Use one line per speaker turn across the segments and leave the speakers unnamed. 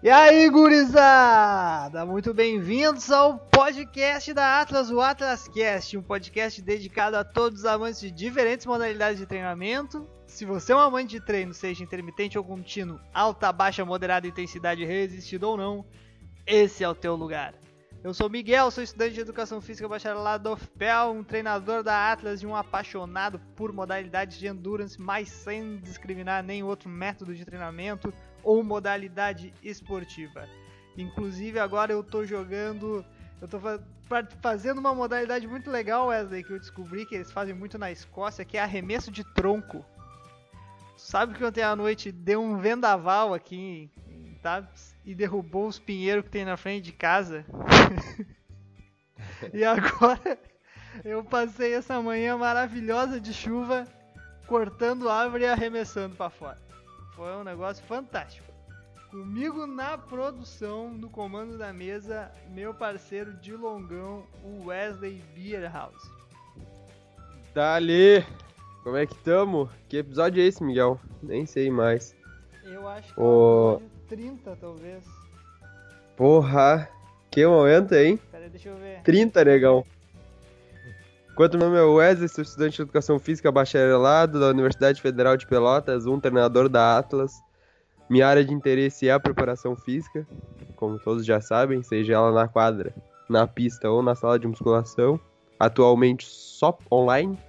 E aí, gurizada! Muito bem-vindos ao podcast da Atlas, o AtlasCast, um podcast dedicado a todos os amantes de diferentes modalidades de treinamento. Se você é um amante de treino, seja intermitente ou contínuo, alta, baixa, moderada, intensidade, resistido ou não, esse é o teu lugar. Eu sou Miguel, sou estudante de Educação Física bacharelado da UFPEL, um treinador da Atlas e um apaixonado por modalidades de endurance, mas sem discriminar nenhum outro método de treinamento ou modalidade esportiva. Inclusive agora eu tô fazendo uma modalidade muito legal, Wesley, que eu descobri que eles fazem muito na Escócia, que é arremesso de tronco. Sabe que ontem à noite deu um vendaval aqui, tá? E derrubou os pinheiros que tem na frente de casa. E agora eu passei essa manhã maravilhosa de chuva, cortando árvore e arremessando para fora. Foi um negócio fantástico. Comigo na produção, no comando da mesa, meu parceiro de longão, o Wesley Beerhouse.
Dali! Como é que tamo? Que episódio é esse, Miguel? Nem sei mais.
Eu acho que é o episódio 30, talvez.
Porra! Que momento, hein?
Pera, deixa eu ver.
30, negão. Enquanto meu nome é Wesley, sou estudante de Educação Física bacharelado da Universidade Federal de Pelotas, um treinador da Atlas. Minha área de interesse é a preparação física, como todos já sabem, seja ela na quadra, na pista ou na sala de musculação. Atualmente só online.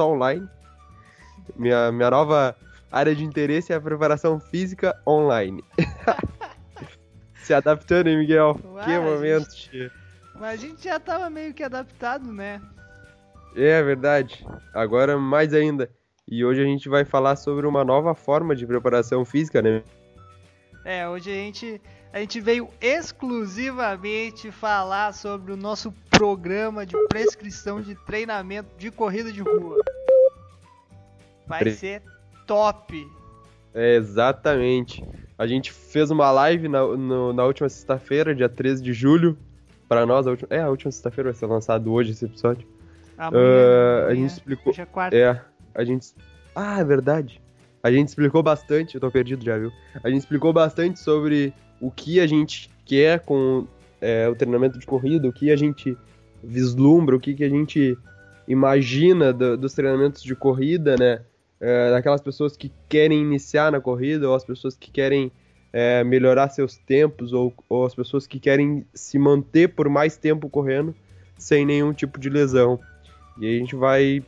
Minha nova área de interesse é a preparação física online. Se adaptando, hein, Miguel?
Uai,
que momento, tia.
Mas a gente já tava meio que adaptado, né?
É verdade. Agora mais ainda. E hoje a gente vai falar sobre uma nova forma de preparação física, né?
Hoje a gente veio exclusivamente falar sobre o nosso programa de prescrição de treinamento de corrida de rua. Vai ser top!
É, exatamente. A gente fez uma live na última sexta-feira, dia 13 de julho. Para nós, a última sexta-feira vai ser lançado hoje esse episódio.
Amanhã,
a gente explicou.
Hoje é quarta.
É verdade. A gente explicou bastante, eu tô perdido já, viu? A gente explicou bastante sobre o que a gente quer com o treinamento de corrida, o que a gente vislumbra, o que a gente imagina dos treinamentos de corrida, né? Daquelas pessoas que querem iniciar na corrida, ou as pessoas que querem melhorar seus tempos, ou as pessoas que querem se manter por mais tempo correndo, sem nenhum tipo de lesão. E aí a gente vai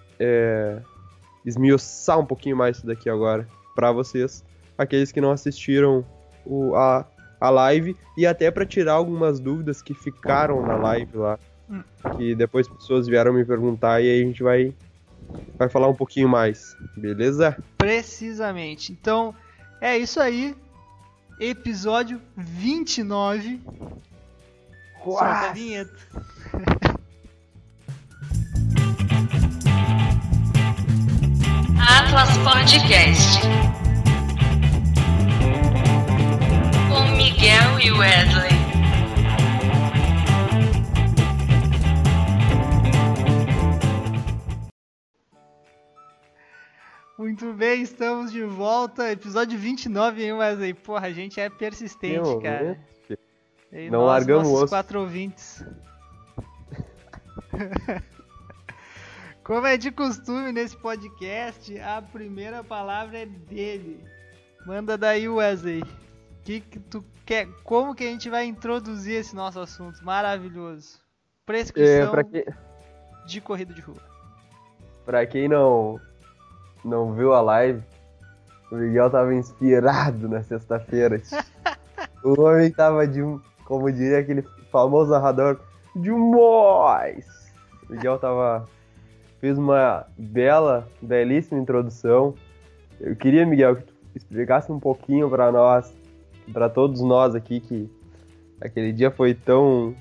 esmiuçar um pouquinho mais isso daqui agora para vocês, aqueles que não assistiram a live, e até para tirar algumas dúvidas que ficaram na live lá, que depois pessoas vieram me perguntar, e aí a gente vai falar um pouquinho mais, beleza?
Precisamente. Então, é isso aí. Episódio 29. Solta a vinheta.
Atlas Podcast com Miguel e Wesley.
Muito bem, estamos de volta. Episódio 29, hein, Wesley? Porra, a gente é persistente, cara. E
não largamos
nossos
o osso.
4 ouvintes. Como é de costume nesse podcast, a primeira palavra é dele. Manda daí, Wesley. Que tu quer? Como que a gente vai introduzir esse nosso assunto maravilhoso? Prescrição de corrida de rua.
Pra quem não viu a live, o Miguel tava inspirado na sexta-feira. O homem tava como diria aquele famoso narrador, demais! O Miguel fez uma belíssima introdução. Eu queria, Miguel, que tu explicasse um pouquinho pra nós, pra todos nós aqui, que aquele dia foi tão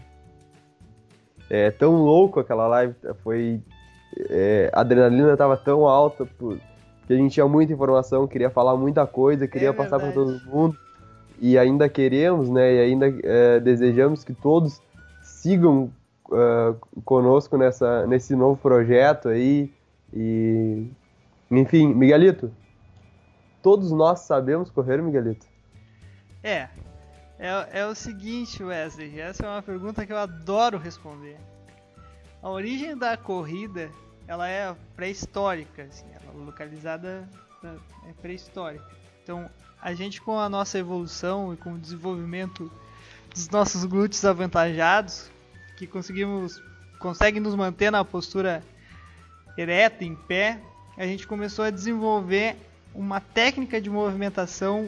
louco aquela live, a adrenalina tava tão alta, que a gente tinha muita informação, queria falar muita coisa, queria passar para todo mundo, e ainda queremos, né, e ainda desejamos que todos sigam conosco nesse novo projeto aí, e enfim, Miguelito, todos nós sabemos correr, Miguelito?
É o seguinte, Wesley, essa é uma pergunta que eu adoro responder. A origem da corrida, ela é pré-histórica, assim, ela é localizada, é pré-histórica. Então, a gente com a nossa evolução e com o desenvolvimento dos nossos glúteos avantajados, que conseguem nos manter na postura ereta, em pé, a gente começou a desenvolver uma técnica de movimentação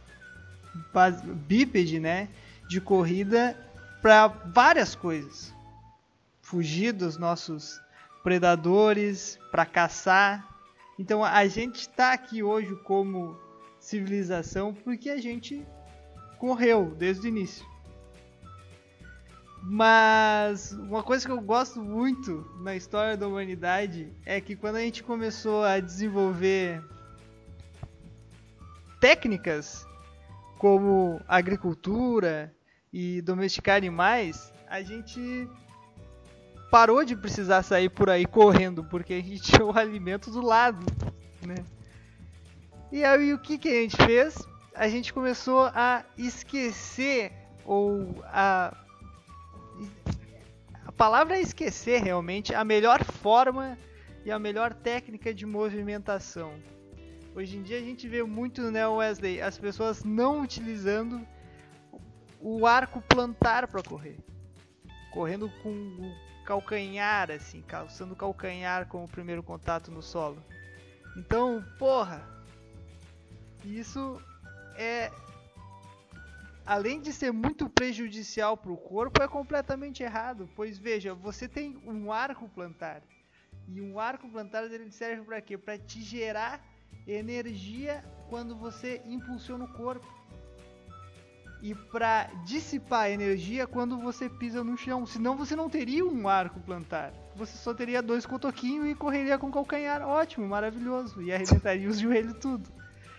bípede, né, de corrida para várias coisas. Fugir dos nossos predadores, para caçar. Então a gente está aqui hoje como civilização porque a gente correu desde o início. Mas uma coisa que eu gosto muito na história da humanidade é que quando a gente começou a desenvolver técnicas como agricultura e domesticar animais, a gente parou de precisar sair por aí correndo, porque a gente tinha o alimento do lado, né? E aí o que a gente fez? A gente começou a esquecer, ou a palavra é esquecer realmente, a melhor forma e a melhor técnica de movimentação. Hoje em dia a gente vê muito, né, Wesley, as pessoas não utilizando o arco plantar para correr. Correndo com o calcanhar, assim, calçando o calcanhar como primeiro contato no solo. Então, isso é, além de ser muito prejudicial para o corpo, é completamente errado. Pois veja, você tem um arco plantar. E um arco plantar ele serve para quê? Para te gerar energia quando você impulsiona o corpo. E para dissipar energia quando você pisa no chão. Senão você não teria um arco plantar. Você só teria 2 cotoquinhos e correria com calcanhar. Ótimo, maravilhoso. E arrebentaria os joelhos tudo.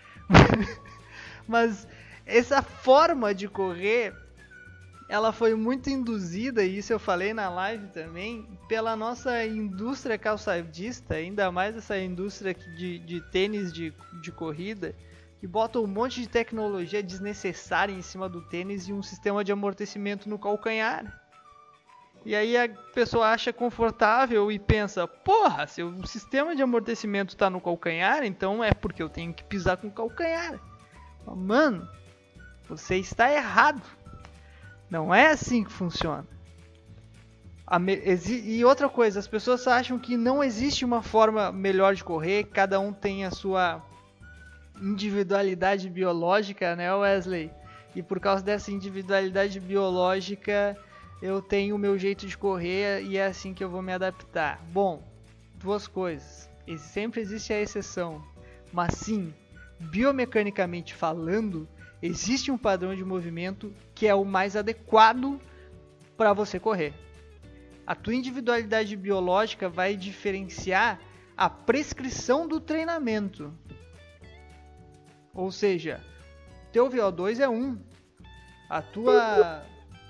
Mas essa forma de correr, ela foi muito induzida, e isso eu falei na live também, pela nossa indústria calçadista, ainda mais essa indústria de tênis de corrida, que bota um monte de tecnologia desnecessária em cima do tênis e um sistema de amortecimento no calcanhar. E aí a pessoa acha confortável e pensa, se o sistema de amortecimento está no calcanhar, então é porque eu tenho que pisar com o calcanhar. Mano, você está errado. Não é assim que funciona. E outra coisa, as pessoas acham que não existe uma forma melhor de correr, cada um tem a sua individualidade biológica, né, Wesley? E por causa dessa individualidade biológica, eu tenho o meu jeito de correr e é assim que eu vou me adaptar. Bom, 2 coisas. Sempre existe a exceção. Mas sim, biomecanicamente falando, existe um padrão de movimento que é o mais adequado para você correr. A tua individualidade biológica vai diferenciar a prescrição do treinamento. Ou seja, teu VO2 é 1. A tua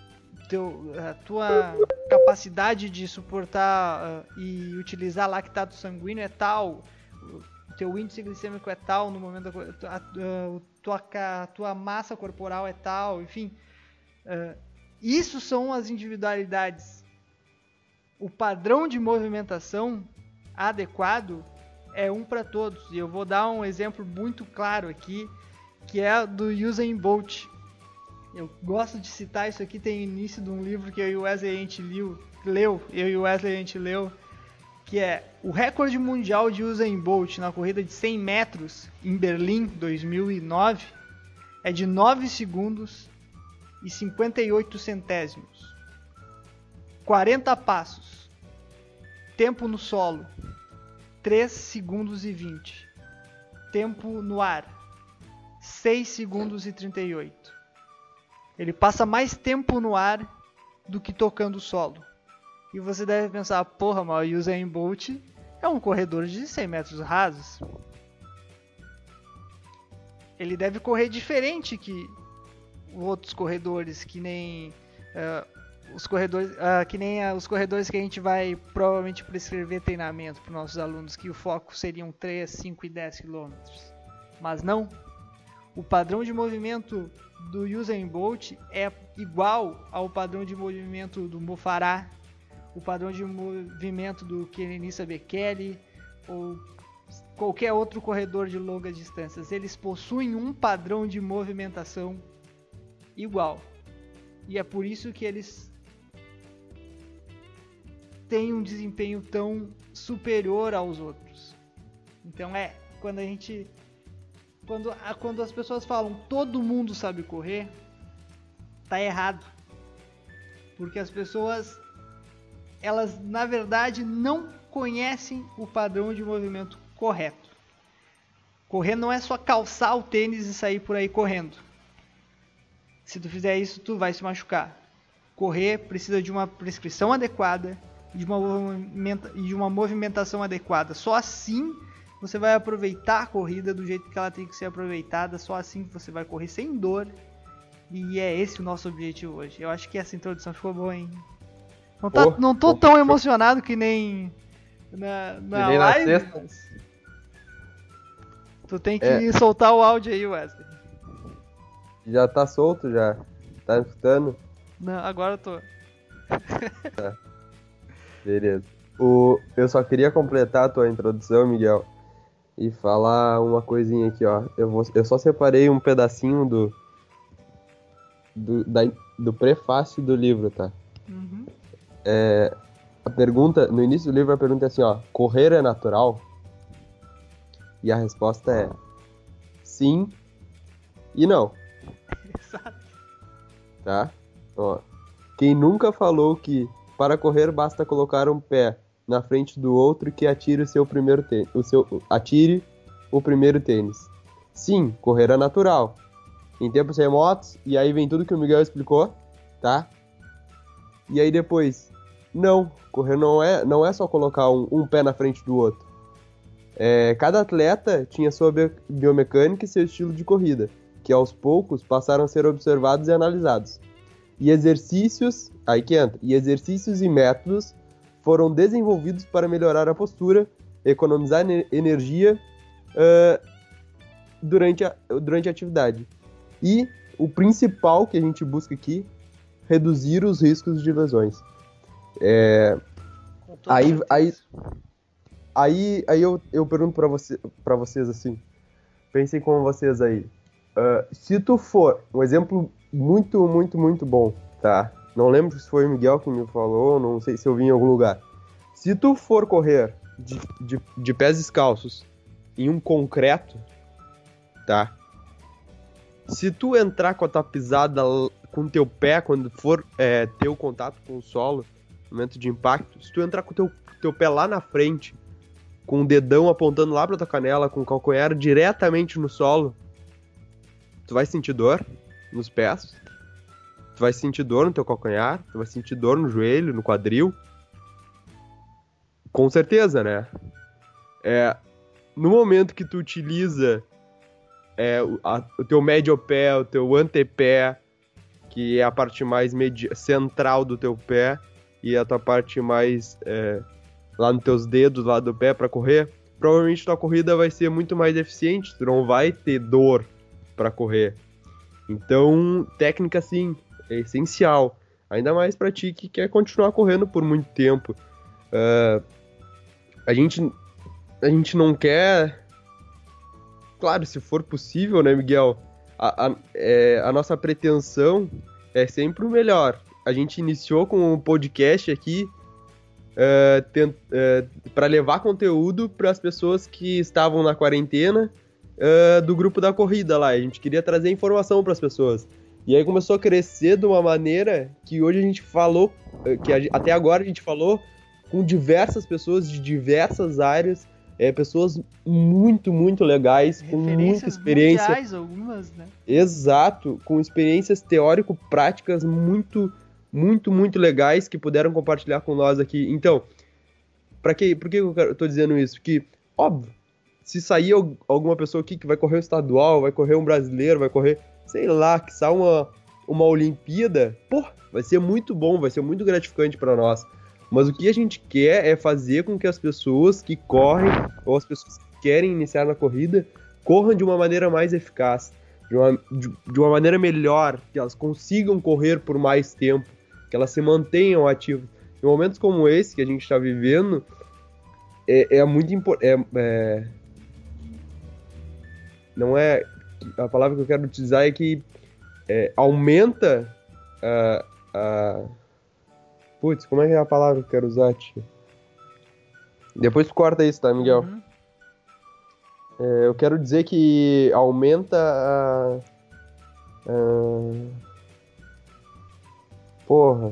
capacidade de suportar e utilizar lactato sanguíneo é tal. O teu índice glicêmico é tal no momento da tua massa corporal é tal, enfim. Isso são as individualidades. O padrão de movimentação adequado é um para todos. E eu vou dar um exemplo muito claro aqui, que é do Usain Bolt. Eu gosto de citar isso aqui, tem o início de um livro que eu e o Wesley a gente leu, que é o recorde mundial de Usain Bolt na corrida de 100 metros em Berlim, 2009, é de 9 segundos e 58 centésimos. 40 passos. Tempo no solo, 3 segundos e 20. Tempo no ar, 6 segundos e 38. Ele passa mais tempo no ar do que tocando o solo. E você deve pensar, mas o Usain Bolt é um corredor de 100 metros rasos. Ele deve correr diferente que outros corredores, que nem os corredores que a gente vai provavelmente prescrever treinamento para os nossos alunos, que o foco seriam 3, 5 e 10 km. Mas não. O padrão de movimento do Usain Bolt é igual ao padrão de movimento do Mo Farah, o padrão de movimento do Kenenisa Bekele ou qualquer outro corredor de longas distâncias. Eles possuem um padrão de movimentação igual. E é por isso que eles têm um desempenho tão superior aos outros. Então quando as pessoas falam todo mundo sabe correr, tá errado. Porque as pessoas, elas na verdade não conhecem o padrão de movimento correto. Correr não é só calçar o tênis e sair por aí correndo. Se tu fizer isso, tu vai se machucar. Correr precisa de uma prescrição adequada e de uma movimentação adequada. Só assim você vai aproveitar a corrida do jeito que ela tem que ser aproveitada. Só assim você vai correr sem dor. E é esse o nosso objetivo hoje. Eu acho que essa introdução ficou boa, hein? Não tô tão emocionado que nem na live. Mas tu tem que soltar o áudio aí, Wesley.
Já tá solto já? Tá escutando?
Não, agora eu tô.
Tá. Beleza. Eu só queria completar a tua introdução, Miguel, e falar uma coisinha aqui, ó. Eu só separei um pedacinho do prefácio do livro, tá?
Uhum.
A pergunta, no início do livro a pergunta é assim, ó: correr é natural? E a resposta é sim e não.
Exato.
Tá? Ó, quem nunca falou que para correr basta colocar um pé na frente do outro que atire atire o primeiro tênis? Sim, correr é natural. Em tempos remotos, e aí vem tudo que o Miguel explicou, tá? E aí depois, não, correr não é só colocar um pé na frente do outro. Cada atleta tinha sua biomecânica e seu estilo de corrida, que aos poucos passaram a ser observados e analisados. E exercícios e métodos foram desenvolvidos para melhorar a postura, economizar energia durante a atividade. E o principal que a gente busca aqui, reduzir os riscos de lesões. Aí eu pergunto pra vocês assim, pensem com vocês aí. Se tu for, um exemplo muito, muito, muito bom, tá? Não lembro se foi o Miguel que me falou, não sei se eu vi em algum lugar. Se tu for correr de pés descalços em um concreto, tá? Se tu entrar com a tua pisada com o teu pé, quando for ter o contato com o solo, no momento de impacto, se tu entrar com o teu pé lá na frente, com o dedão apontando lá pra tua canela, com o calcanhar diretamente no solo, tu vai sentir dor nos pés, tu vai sentir dor no teu calcanhar, tu vai sentir dor no joelho, no quadril. Com certeza, né? No momento que tu utiliza o teu médio pé, o teu antepé, que é a parte mais central do teu pé, e a tua parte mais lá nos teus dedos lá do pé para correr, provavelmente tua corrida vai ser muito mais eficiente, tu não vai ter dor para correr. Então, técnica sim, é essencial, ainda mais para ti que quer continuar correndo por muito tempo. A gente não quer, claro, se for possível, né, Miguel? A nossa pretensão é sempre o melhor. A gente iniciou com um podcast aqui para levar conteúdo para as pessoas que estavam na quarentena do grupo da corrida lá. A gente queria trazer informação para as pessoas. E aí começou a crescer de uma maneira que hoje a gente falou, até agora a gente falou com diversas pessoas de diversas áreas, pessoas muito, muito legais, com muita experiência.
Mundiais, algumas, né?
Exato, com experiências teórico-práticas muito, muito, muito legais que puderam compartilhar com nós aqui. Então, por que eu tô dizendo isso? Que, óbvio, se sair alguma pessoa aqui que vai correr um estadual, vai correr um brasileiro, vai correr, sei lá, que sai uma Olimpíada, vai ser muito bom, vai ser muito gratificante para nós. Mas o que a gente quer é fazer com que as pessoas que correm, ou as pessoas que querem iniciar na corrida, corram de uma maneira mais eficaz. de uma maneira melhor, que elas consigam correr por mais tempo, que elas se mantenham ativas. Em momentos como esse que a gente está vivendo, é muito importante. Não é. A palavra que eu quero utilizar é que aumenta Putz, como é que é a palavra que eu quero usar, tio? Depois tu corta isso, tá, Miguel?
Uhum.
Eu quero dizer que aumenta Porra.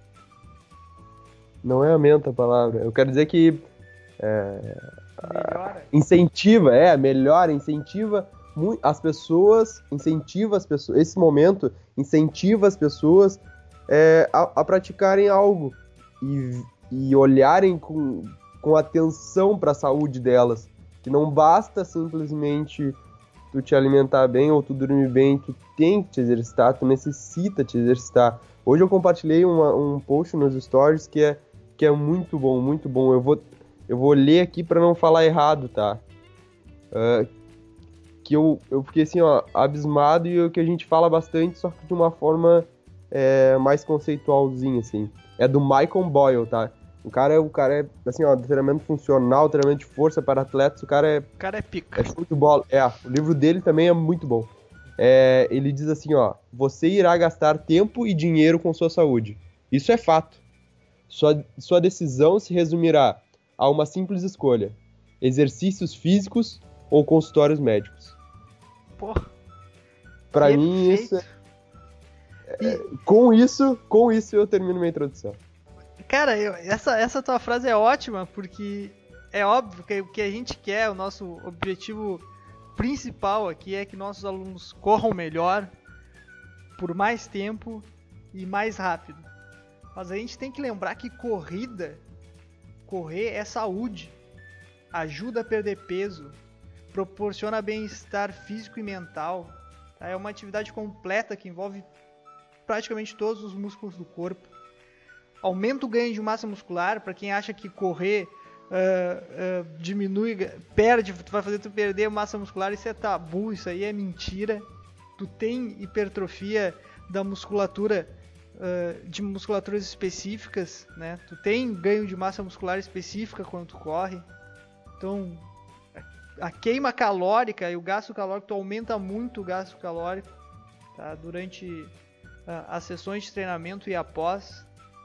Não é aumenta a palavra. Eu quero dizer que
Melhora.
melhora, incentiva as pessoas, esse momento incentiva as pessoas a praticarem algo e olharem com atenção para a saúde delas, que não basta simplesmente tu te alimentar bem ou tu dormir bem, tu tem que te exercitar, tu necessita te exercitar. Hoje eu compartilhei um post nos stories que é muito bom, muito bom. Eu vou ler aqui para não falar errado, tá? Que eu fiquei assim, ó, abismado, e o que a gente fala bastante, só que de uma forma mais conceitualzinha, assim. É do Michael Boyle, tá? O cara é assim, ó, treinamento funcional, treinamento de força para atletas, o cara
é pica.
é show de bola. O livro dele também é muito bom. Ele diz assim, ó, você irá gastar tempo e dinheiro com sua saúde. Isso é fato. Sua decisão se resumirá a uma simples escolha: exercícios físicos ou consultórios médicos.
Porra.
Pra mim, isso com isso eu termino minha introdução.
Cara, essa tua frase é ótima, porque é óbvio que o que a gente quer, o nosso objetivo principal aqui é que nossos alunos corram melhor, por mais tempo e mais rápido. Mas a gente tem que lembrar que correr é saúde, ajuda a perder peso, proporciona bem-estar físico e mental. Tá? É uma atividade completa que envolve praticamente todos os músculos do corpo. Aumenta o ganho de massa muscular. Para quem acha que correr vai fazer tu perder massa muscular, isso é tabu, isso aí é mentira. Tu tem hipertrofia da musculatura, de musculaturas específicas, né? Tu tem ganho de massa muscular específica quando tu corre. Então, a queima calórica e o gasto calórico, tu aumenta muito o gasto calórico, tá? Durante as sessões de treinamento e após.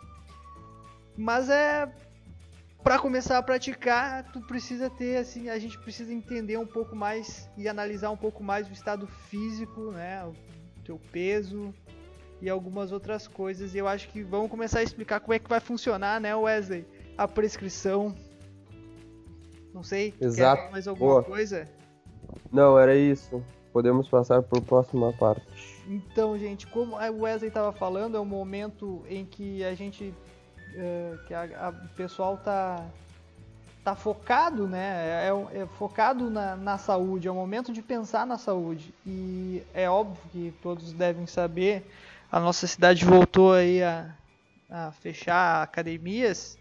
Mas para começar a praticar, tu precisa ter, assim, a gente precisa entender um pouco mais e analisar um pouco mais o estado físico, né? O teu peso e algumas outras coisas. E eu acho que vamos começar a explicar como é que vai funcionar, né, Wesley? A prescrição. Não sei,
Exato.
Quer mais alguma coisa?
Não, era isso. Podemos passar para a próxima parte.
Então, gente, como o Wesley estava falando, é um momento em que a gente, o pessoal tá focado, né? É focado na saúde, é o momento de pensar na saúde. E é óbvio que todos devem saber, a nossa cidade voltou aí a fechar academias.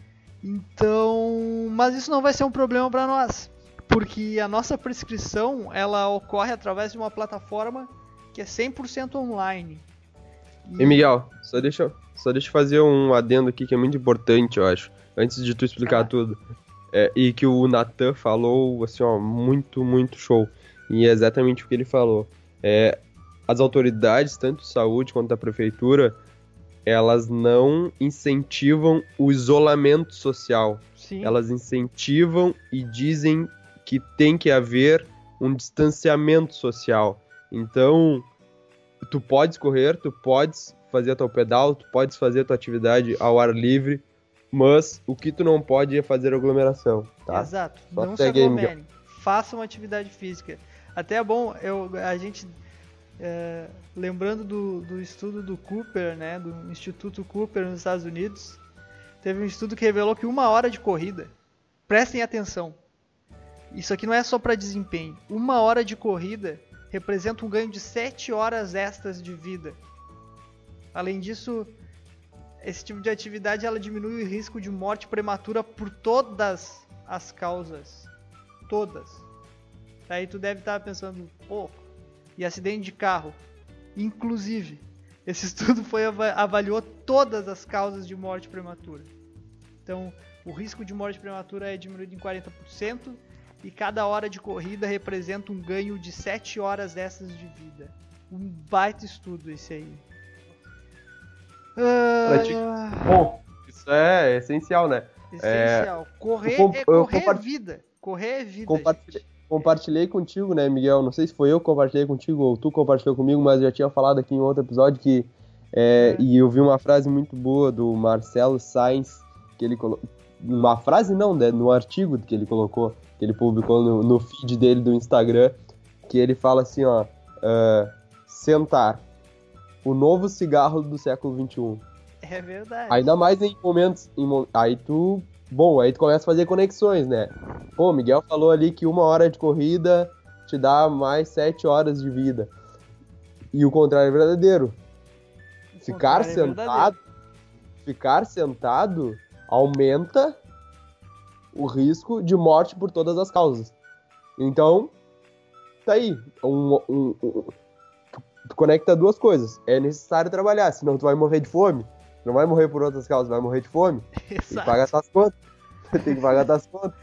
Então, mas isso não vai ser um problema para nós, porque a nossa prescrição, ela ocorre através de uma plataforma que é 100% online.
E Miguel, só deixa eu fazer um adendo aqui que é muito importante, eu acho, antes de tu explicar tudo. E que o Nathan falou, assim, ó, muito, muito show. E é exatamente o que ele falou. As autoridades, tanto de saúde quanto da prefeitura, elas não incentivam o isolamento social.
Sim.
Elas incentivam e dizem que tem que haver um distanciamento social. Então, tu podes correr, tu podes fazer a tua pedal, tu podes fazer a tua atividade ao ar livre, mas o que tu não pode é fazer aglomeração, tá?
Exato.
Só
não se aglomerem. Façam atividade física. Até é bom, a gente... lembrando do estudo do Cooper, né, do Instituto Cooper nos Estados Unidos, teve um estudo que revelou que 1 hora de corrida, prestem atenção, isso aqui não é só para desempenho, 1 hora de corrida representa um ganho de 7 horas extras de vida. Além disso, esse tipo de atividade ela diminui o risco de morte prematura por todas as causas, todas. Aí tu deve estar pensando, pô, e acidente de carro. Inclusive, esse estudo avaliou todas as causas de morte prematura. Então, o risco de morte prematura é diminuído em 40% e cada hora de corrida representa um ganho de 7 horas dessas de vida. Um baita estudo esse aí.
Bom, isso é essencial, né?
Essencial. Correr é vida. Correr é vida.
Compartilhei contigo, né, Miguel? Não sei se foi eu que compartilhei contigo ou tu compartilhou comigo, mas eu já tinha falado aqui em outro episódio que... E eu vi uma frase muito boa do Marcelo Sainz, que ele colocou... Uma frase não, né? No artigo que ele colocou, que ele publicou no feed dele do Instagram, que ele fala assim, ó... sentar. O novo cigarro do século XXI.
É verdade.
Ainda mais em momentos... Aí tu começa a fazer conexões, né? Pô, Miguel falou ali que 1 hora de corrida te dá mais 7 horas de vida. E o contrário é verdadeiro. Ficar sentado aumenta o risco de morte por todas as causas. Então, tá aí. Tu conecta duas coisas. É necessário trabalhar, senão tu vai morrer de fome. Não vai morrer por outras causas, vai morrer de fome. Tem que pagar tuas contas. Tem que pagar tuas contas.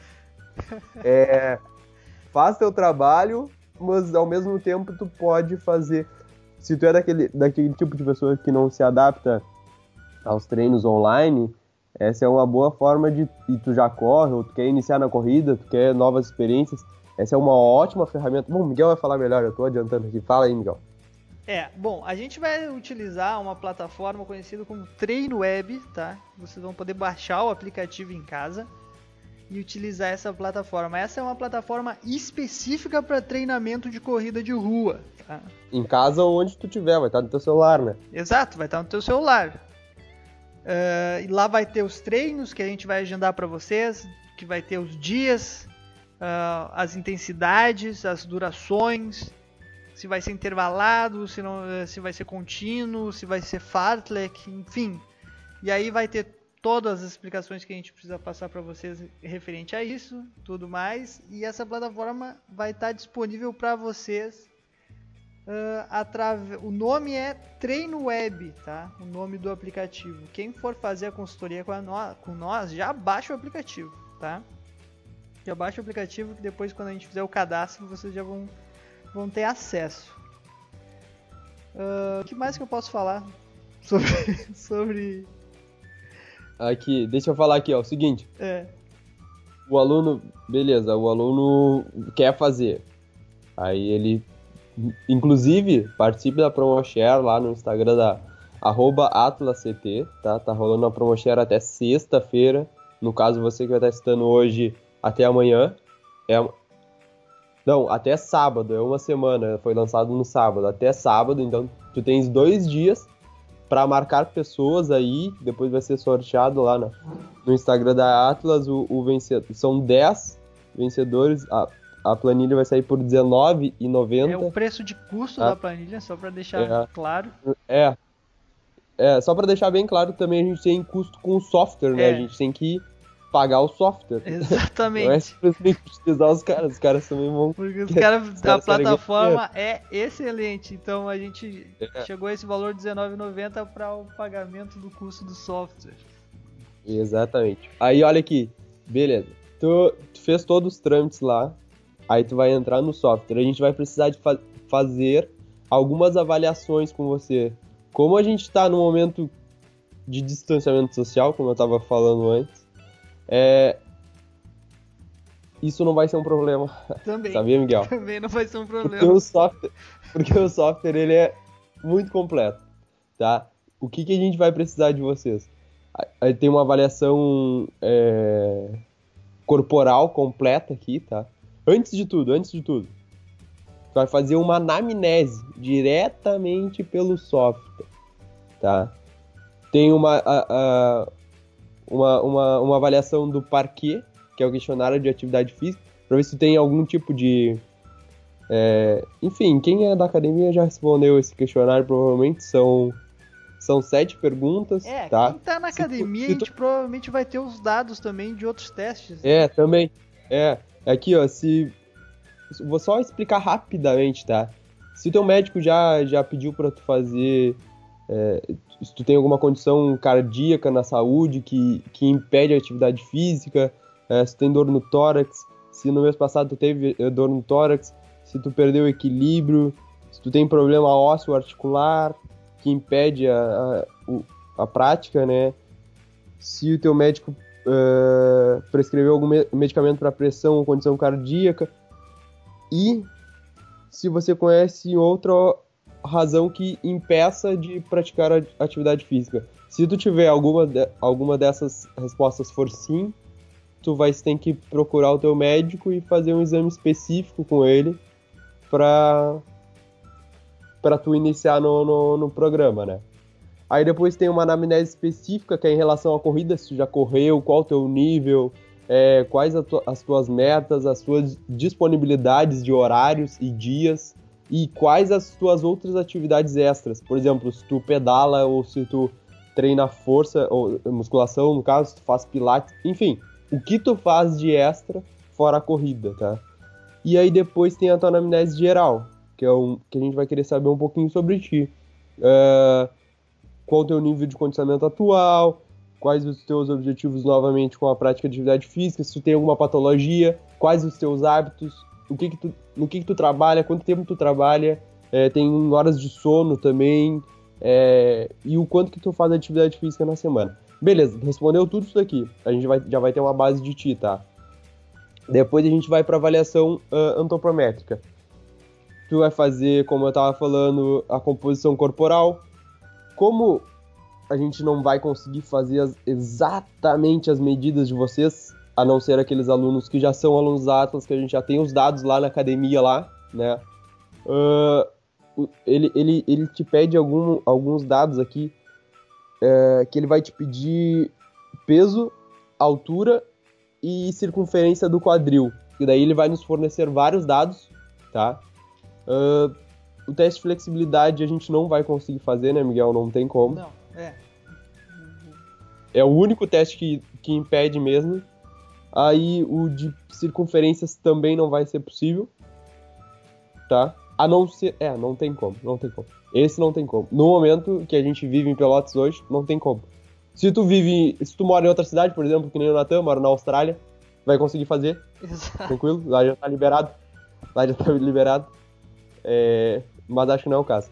Faz teu trabalho, mas ao mesmo tempo tu pode fazer... Se tu é daquele tipo de pessoa que não se adapta aos treinos online, essa é uma boa forma de... E tu já corre, ou tu quer iniciar na corrida, tu quer novas experiências, essa é uma ótima ferramenta. Bom, o Miguel vai falar melhor, eu tô adiantando aqui. Fala aí, Miguel.
Bom, a gente vai utilizar uma plataforma conhecida como TrainWeb, tá? Vocês vão poder baixar o aplicativo em casa e utilizar essa plataforma. Essa é uma plataforma específica para treinamento de corrida de rua, tá?
Em casa ou onde tu tiver, vai estar no teu celular, né?
Exato, vai estar no teu celular. E lá vai ter os treinos que a gente vai agendar para vocês, que vai ter os dias, as intensidades, as durações, se vai ser intervalado, se vai ser contínuo, se vai ser fartlek, enfim. E aí vai ter todas as explicações que a gente precisa passar para vocês referente a isso, tudo mais. E essa plataforma vai estar disponível para vocês. O nome é TrainWeb, tá? O nome do aplicativo. Quem for fazer a consultoria com nós, já baixa o aplicativo, tá? Já baixa o aplicativo que depois, quando a gente fizer o cadastro, vocês já vão ter acesso. O que mais que eu posso falar sobre...
Aqui, deixa eu falar aqui, ó, o seguinte. O aluno quer fazer. Aí ele, inclusive, participe da PromoShare lá no Instagram da @atlasct, tá? Tá rolando a PromoShare até sexta-feira. No caso, você que vai estar estudando hoje até amanhã. Não, até sábado, é uma semana, foi lançado no sábado, até sábado, então tu tens 2 dias para marcar pessoas aí, depois vai ser sorteado lá no Instagram da Atlas, o vencedor, são 10 vencedores, a planilha vai sair por R$19,90.
É o preço de custo da planilha, só para deixar claro.
Só para deixar bem claro, também a gente tem custo com o software, né, a gente tem que pagar o software.
Exatamente.
Não é simplesmente utilizar os caras também vão...
Porque a plataforma é excelente, então a gente chegou a esse valor de R$19,90 para o pagamento do custo do software.
Exatamente. Aí olha aqui, beleza, tu fez todos os trâmites lá, aí tu vai entrar no software, a gente vai precisar de fazer algumas avaliações com você. Como a gente está no momento de distanciamento social, como eu estava falando antes, isso não vai ser um problema.
Também.
Sabia, Miguel?
Também não vai ser um problema.
Porque o software ele é muito completo, tá? O que a gente vai precisar de vocês? Aí tem uma avaliação corporal completa aqui, tá? Antes de tudo, tu vai fazer uma anamnese diretamente pelo software, tá? Tem uma avaliação do Parquet, que é o questionário de atividade física, para ver se tem algum tipo de... enfim, quem é da academia já respondeu esse questionário, provavelmente são 7 perguntas, tá?
Quem tá na academia, a gente provavelmente vai ter os dados também de outros testes.
Também. Aqui, ó, vou só explicar rapidamente, tá? Se teu médico já pediu para tu fazer, se tu tem alguma condição cardíaca na saúde que impede a atividade física, se tu tem dor no tórax, se no mês passado tu teve dor no tórax, se tu perdeu o equilíbrio, se tu tem problema ósseo articular que impede a prática, né? Se o teu médico prescreveu algum medicamento para pressão ou condição cardíaca, e se você conhece outra razão que impeça de praticar a atividade física. Se tu tiver alguma dessas respostas for sim, tu vai ter que procurar o teu médico e fazer um exame específico com ele para tu iniciar no programa, né? Aí depois tem uma anamnese específica, que é em relação à corrida, se tu já correu, qual o teu nível, quais as tuas metas, as tuas disponibilidades de horários e dias, e quais as tuas outras atividades extras. Por exemplo, se tu pedala, ou se tu treina força, ou musculação, no caso, se tu faz pilates, enfim, o que tu faz de extra fora a corrida, tá? E aí depois tem a tua anamnese geral, que a gente vai querer saber um pouquinho sobre ti. Qual o teu nível de condicionamento atual, quais os teus objetivos novamente com a prática de atividade física, se tu tem alguma patologia, quais os teus hábitos, no que tu trabalha, quanto tempo tu trabalha, tem horas de sono também, e o quanto que tu faz atividade física na semana. Beleza, respondeu tudo isso daqui, a gente já vai ter uma base de ti, tá? Depois a gente vai para avaliação antropométrica. Tu vai fazer, como eu estava falando, a composição corporal. Como a gente não vai conseguir fazer exatamente as medidas de vocês, a não ser aqueles alunos que já são alunos da Atlas, que a gente já tem os dados lá na academia, lá, né? Ele te pede alguns dados aqui, que ele vai te pedir peso, altura e circunferência do quadril. E daí ele vai nos fornecer vários dados, tá? O teste de flexibilidade a gente não vai conseguir fazer, né, Miguel? Não tem como.
Não,
É o único teste que impede mesmo. Aí o de circunferências também não vai ser possível, tá? A não ser... não tem como. Esse não tem como. No momento que a gente vive em Pelotas hoje, não tem como. Se tu mora em outra cidade, por exemplo, que nem o Natan, mora na Austrália, vai conseguir fazer.
Exato.
Tranquilo? Lá já tá liberado. Mas acho que não é o caso.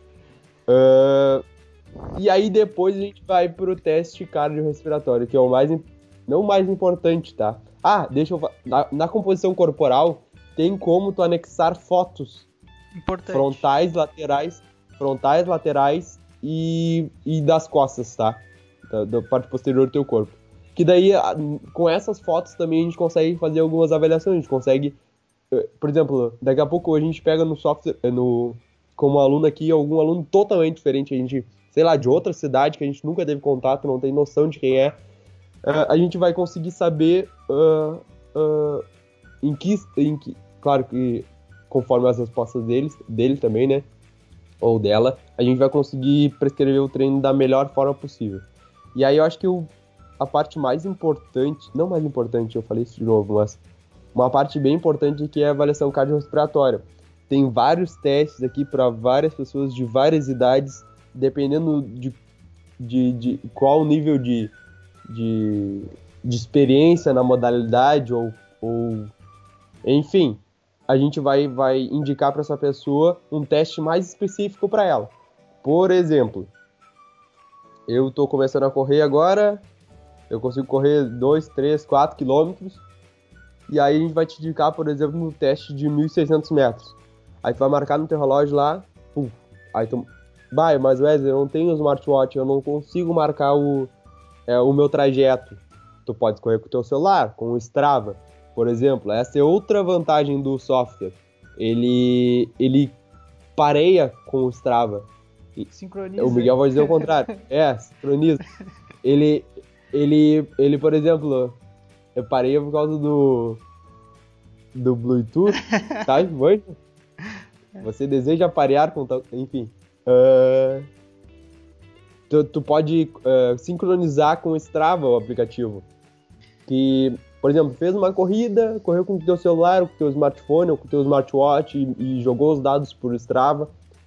E aí depois a gente vai pro teste cardiorrespiratório, que é não o mais importante, tá? Na composição corporal tem como tu anexar fotos
Importante.
frontais, laterais e das costas, tá? Da parte posterior do teu corpo. Que daí, com essas fotos também a gente consegue fazer algumas avaliações, a gente consegue... Por exemplo, daqui a pouco a gente pega no software, como aluno aqui, algum aluno totalmente diferente, a gente, sei lá, de outra cidade que a gente nunca teve contato, não tem noção de quem é, a gente vai conseguir saber em que, claro que conforme as respostas dele também, né, ou dela, a gente vai conseguir prescrever o treino da melhor forma possível. E aí eu acho que a parte mais importante, não mais importante, eu falei isso de novo, mas uma parte bem importante que é a avaliação cardiorrespiratória. Tem vários testes aqui para várias pessoas de várias idades, dependendo de qual nível de experiência na modalidade ou enfim, a gente vai indicar para essa pessoa um teste mais específico para ela. Por exemplo, eu estou começando a correr agora, eu consigo correr 2, 3, 4 quilômetros, e aí a gente vai te indicar, por exemplo, no teste de 1.600 metros. Aí tu vai marcar no teu relógio lá, aí tu... mas Wesley, eu não tenho smartwatch, eu não consigo marcar o meu trajeto. Tu pode correr com o teu celular, com o Strava, por exemplo. Essa é outra vantagem do software. Ele pareia com o Strava.
Sincroniza.
O Miguel vai dizer o contrário. Sincroniza. Ele, por exemplo, eu parei por causa do Bluetooth, sabe? Você deseja parear com... Enfim. Tu pode sincronizar com o Strava, o aplicativo. Que, por exemplo, fez uma corrida, correu com o teu celular, com o teu smartphone, ou com o teu smartwatch e jogou os dados por Strava.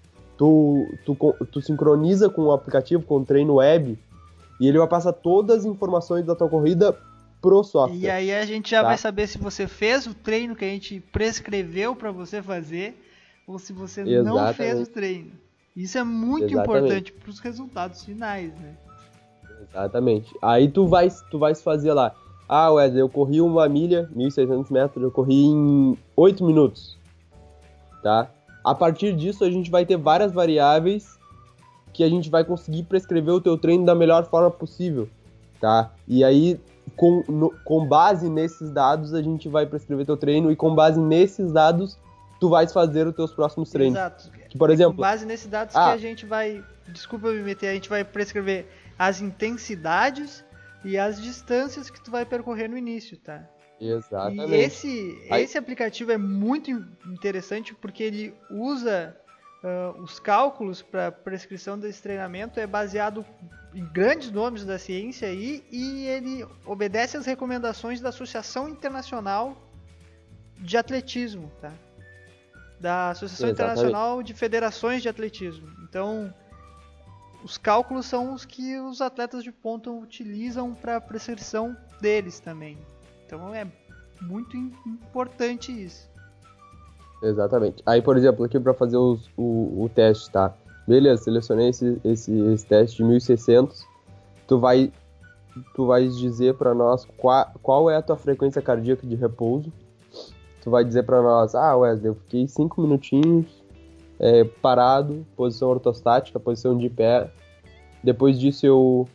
tu sincroniza com o aplicativo, com o treino web, e ele vai passar todas as informações da tua corrida pro software.
E aí a gente já
tá?
vai saber se você fez o treino que a gente prescreveu para você fazer ou se você não fez o treino. Isso é muito importante para os resultados finais, né?
Exatamente. Aí tu vai fazer lá. Ah, Wesley, eu corri uma milha, 1.600 metros, eu corri em 8 minutos. Tá? A partir disso, a gente vai ter várias variáveis que a gente vai conseguir prescrever o teu treino da melhor forma possível. Tá? E aí, com base nesses dados, a gente vai prescrever teu treino e com base nesses dados, tu vais fazer os teus próximos treinos.
Exato.
Que, por exemplo,
com base nesses dados que a gente vai... Desculpa me meter, a gente vai prescrever as intensidades e as distâncias que tu vai percorrer no início, tá?
Exatamente.
E esse aplicativo é muito interessante porque ele usa os cálculos para prescrição desse treinamento, é baseado em grandes nomes da ciência aí, e ele obedece às recomendações da Associação Internacional de Atletismo, tá? Da Associação Internacional de Federações de Atletismo. Então, os cálculos são os que os atletas de ponta utilizam para a prescrição deles também. Então é muito importante isso.
Exatamente. Aí, por exemplo, aqui para fazer o teste, tá? Beleza, selecionei esse teste de 1.600. Tu vais dizer para nós qual é a tua frequência cardíaca de repouso. Tu vai dizer para nós, Wesley, eu fiquei 5 minutinhos parado, posição ortostática, posição de pé. Depois disso eu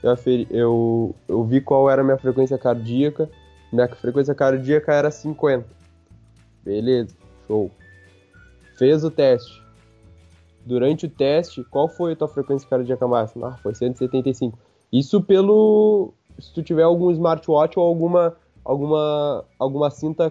vi qual era a minha frequência cardíaca. Minha frequência cardíaca era 50. Beleza, show. Fez o teste. Durante o teste, qual foi a tua frequência cardíaca máxima? Foi 175. Isso se tu tiver algum smartwatch ou alguma cinta,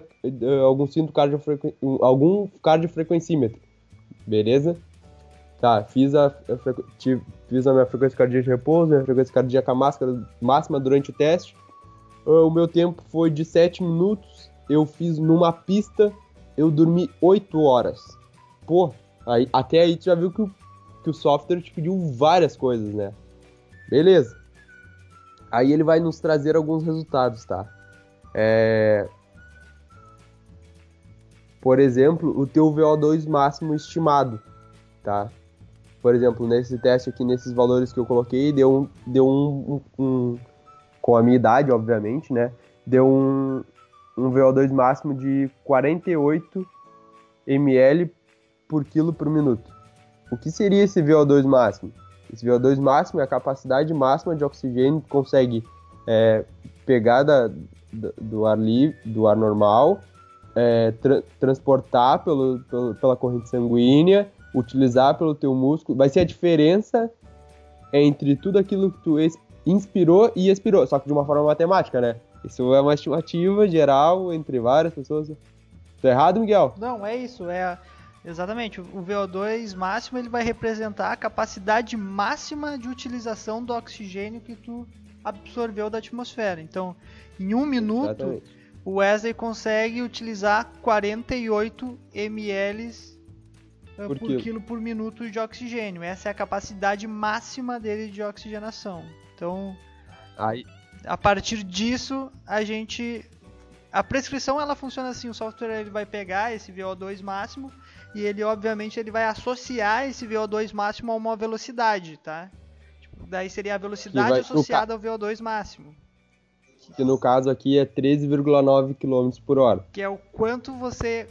algum cardiofrequencímetro. Beleza? Tá, fiz a minha frequência cardíaca de repouso, minha frequência cardíaca máxima durante o teste. O meu tempo foi de 7 minutos. Eu fiz numa pista, eu dormi 8 horas. Pô, até aí tu já viu que o software te pediu várias coisas, né? Beleza. Aí ele vai nos trazer alguns resultados, tá? Por exemplo, o teu VO2 máximo estimado, tá? Por exemplo, nesse teste aqui, nesses valores que eu coloquei, deu um com a minha idade, obviamente, né? Deu um VO2 máximo de 48 ml por quilo por minuto. O que seria esse VO2 máximo? Esse VO2 máximo é a capacidade máxima de oxigênio que consegue pegar do ar livre, do ar normal, transportar pela corrente sanguínea, utilizar pelo teu músculo. Vai ser a diferença entre tudo aquilo que tu inspirou e expirou, só que de uma forma matemática, né? Isso é uma estimativa geral entre várias pessoas. Tô errado, Miguel?
Não, é isso. Exatamente. O VO2 máximo ele vai representar a capacidade máxima de utilização do oxigênio que tu absorveu da atmosfera. Então, em 1 minuto, exatamente, o Wesley consegue utilizar 48 ml por quilo por minuto de oxigênio. Essa é a capacidade máxima dele de oxigenação. Então, a partir disso, a prescrição ela funciona assim, o software ele vai pegar esse VO2 máximo e ele obviamente ele vai associar esse VO2 máximo a uma velocidade, tá? Daí seria a velocidade associada ao VO2 máximo.
Que no caso aqui é 13,9 km por hora.
Que é o quanto você...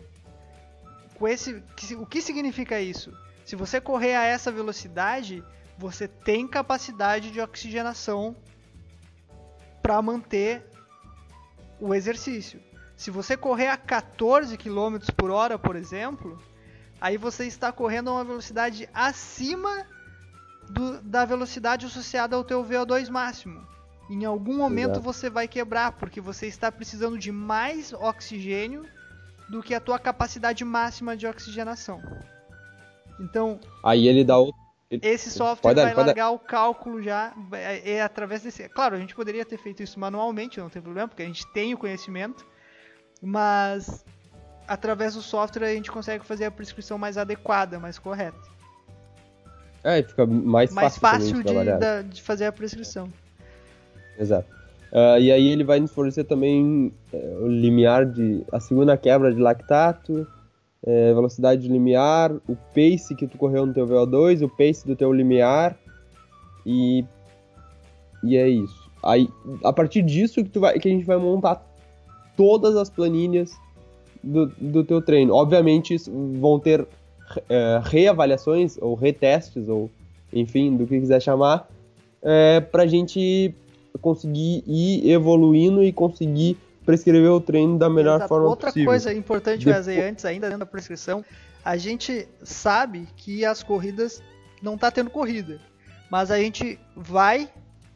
O que significa isso? Se você correr a essa velocidade, você tem capacidade de oxigenação para manter o exercício. Se você correr a 14 km por hora, por exemplo, aí você está correndo a uma velocidade acima da velocidade associada ao teu VO2 máximo. Em algum momento você vai quebrar, porque você está precisando de mais oxigênio do que a tua capacidade máxima de oxigenação. Então,
aí ele dá outro.
Esse software vai largar o cálculo já através desse... Claro, a gente poderia ter feito isso manualmente, não tem problema, porque a gente tem o conhecimento, mas através do software a gente consegue fazer a prescrição mais adequada, mais correta.
Fica mais
mais
fácil
fácil
também de trabalhar.
de fazer a prescrição.
Exato. E aí ele vai nos fornecer também o limiar a segunda quebra de lactato, velocidade de limiar, o pace que tu correu no teu VO2, o pace do teu limiar e é isso. Aí, a partir disso que a gente vai montar todas as planilhas do teu treino. Obviamente vão ter reavaliações ou retestes, ou enfim, do que quiser chamar, pra gente conseguir ir evoluindo e conseguir prescrever o treino da melhor forma
Outra
possível.
Outra coisa importante, Wesley, antes ainda dentro da prescrição, a gente sabe que as corridas não tá tendo corrida, mas a gente vai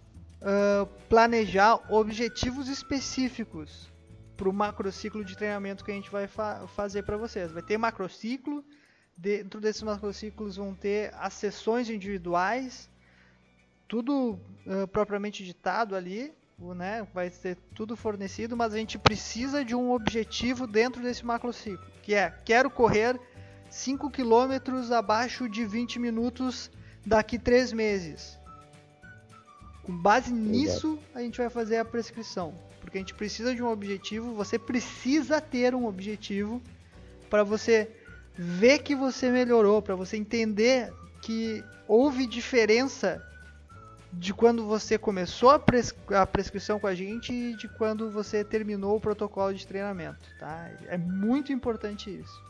planejar objetivos específicos para o macrociclo de treinamento que a gente vai fazer para vocês. Vai ter macrociclo, dentro desses macrociclos vão ter as sessões individuais, tudo propriamente ditado ali, né? Vai ser tudo fornecido, mas a gente precisa de um objetivo dentro desse macrociclo, que é: quero correr 5 km abaixo de 20 minutos daqui 3 meses. Com base nisso, a gente vai fazer a prescrição. Porque a gente precisa de um objetivo, você precisa ter um objetivo para você ver que você melhorou, para você entender que houve diferença de quando você começou a prescrição com a gente e de quando você terminou o protocolo de treinamento, tá? É muito importante isso.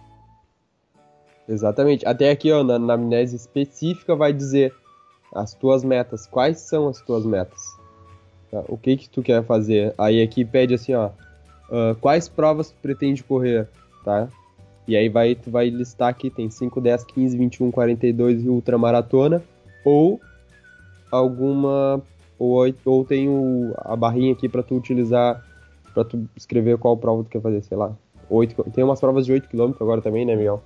Exatamente. Até aqui, ó, na amnésia específica vai dizer as tuas metas. Quais são as tuas metas? Tá? O que tu quer fazer? Aí aqui pede assim, ó, quais provas tu pretende correr, tá? E aí tu vai listar aqui, tem 5, 10, 15, 21, 42 e ultramaratona, ou alguma, ou tem a barrinha aqui pra tu utilizar, pra tu escrever qual prova tu quer fazer, sei lá. Tem umas provas de 8 km agora também, né, Miguel?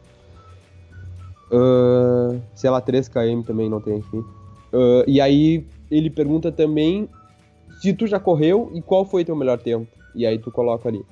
Sei lá, 3 km também não tem aqui. E aí ele pergunta também se tu já correu e qual foi teu melhor tempo. E aí tu coloca ali.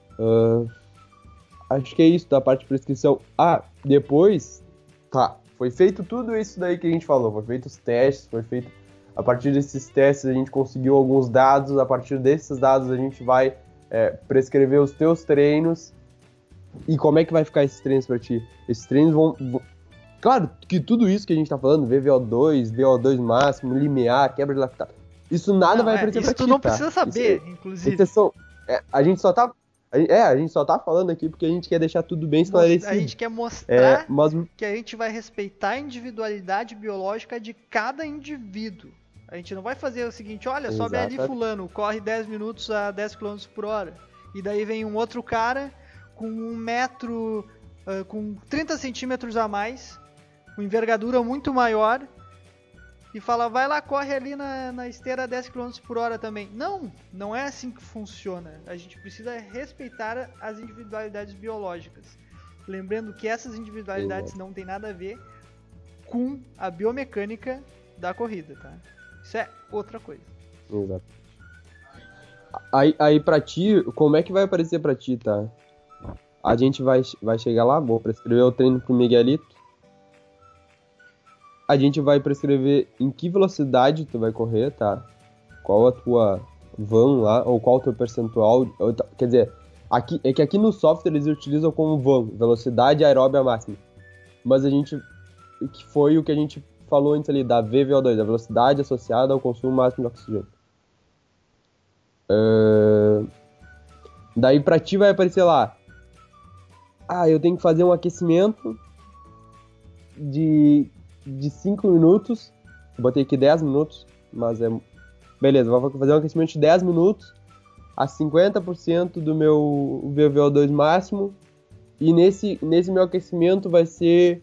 Acho que é isso da parte de prescrição. Depois, tá, foi feito tudo isso daí que a gente falou. Foi feito os testes, a partir desses testes a gente conseguiu alguns dados. A partir desses dados a gente vai prescrever os teus treinos. E como é que vai ficar esses treinos pra ti? Esses treinos vão... Claro que tudo isso que a gente tá falando, VO2, VO2 máximo, limiar, quebra de lactato, isso nada vai aparecer pra ti,
isso tu não precisa saber, inclusive.
A gente só tá falando aqui porque a gente quer deixar tudo bem esclarecido.
A gente quer mostrar
mas...
que a gente vai respeitar a individualidade biológica de cada indivíduo. A gente não vai fazer o seguinte: olha, sobe ali fulano, corre 10 minutos a 10 km por hora. E daí vem um outro cara com 1 metro, com 30 centímetros a mais, com envergadura muito maior, e fala: vai lá, corre ali na esteira a 10 km por hora também. Não é assim que funciona. A gente precisa respeitar as individualidades biológicas. Lembrando que essas individualidades não tem nada a ver com a biomecânica da corrida, tá? Isso é outra coisa.
Exato. Aí pra ti, como é que vai aparecer pra ti, tá? A gente vai chegar lá, vou prescrever o treino pro Miguelito. A gente vai prescrever em que velocidade tu vai correr, tá? Qual a tua van lá, ou qual o teu percentual. Quer dizer, aqui no software eles utilizam como van, velocidade aeróbia máxima. Mas que foi o que a gente falou antes ali, da VVO2, a velocidade associada ao consumo máximo de oxigênio. Daí pra ti vai aparecer lá: eu tenho que fazer um aquecimento de 5 minutos. Eu botei aqui 10 minutos, mas beleza, vou fazer um aquecimento de 10 minutos a 50% do meu VVO2 máximo. E nesse meu aquecimento vai ser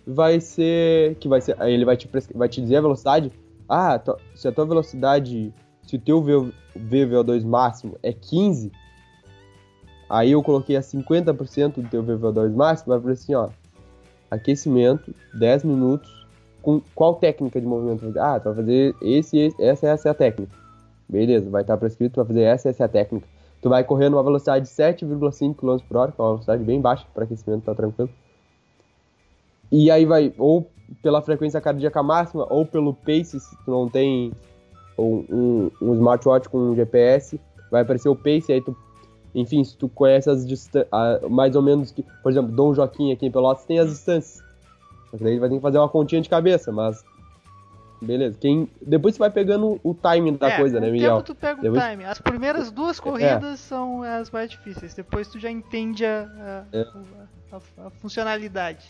aí ele vai te dizer a velocidade. Se a tua velocidade, se o teu VVO2 máximo é 15, aí eu coloquei a 50% do teu VVO2 máximo, vai aparecer assim, ó: aquecimento, 10 minutos, com qual técnica de movimento? Tu vai fazer essa é a técnica. Beleza, vai estar prescrito, tu vai fazer essa é a técnica. Tu vai correr numa velocidade de 7,5 km por hora, que é uma velocidade bem baixa para aquecimento, tá tranquilo. E aí vai ou pela frequência cardíaca máxima, ou pelo pace, se tu não tem um smartwatch com GPS, vai aparecer o pace, aí tu, enfim, se tu conhece as distâncias, mais ou menos, por exemplo, Dom Joaquim aqui em Pelotas tem as distâncias. Só que daí vai ter que fazer uma continha de cabeça, mas beleza. Depois você vai pegando o timing da coisa, né, Miguel?
Tu pega o timing. As primeiras 2 corridas são as mais difíceis. Depois tu já entende a funcionalidade.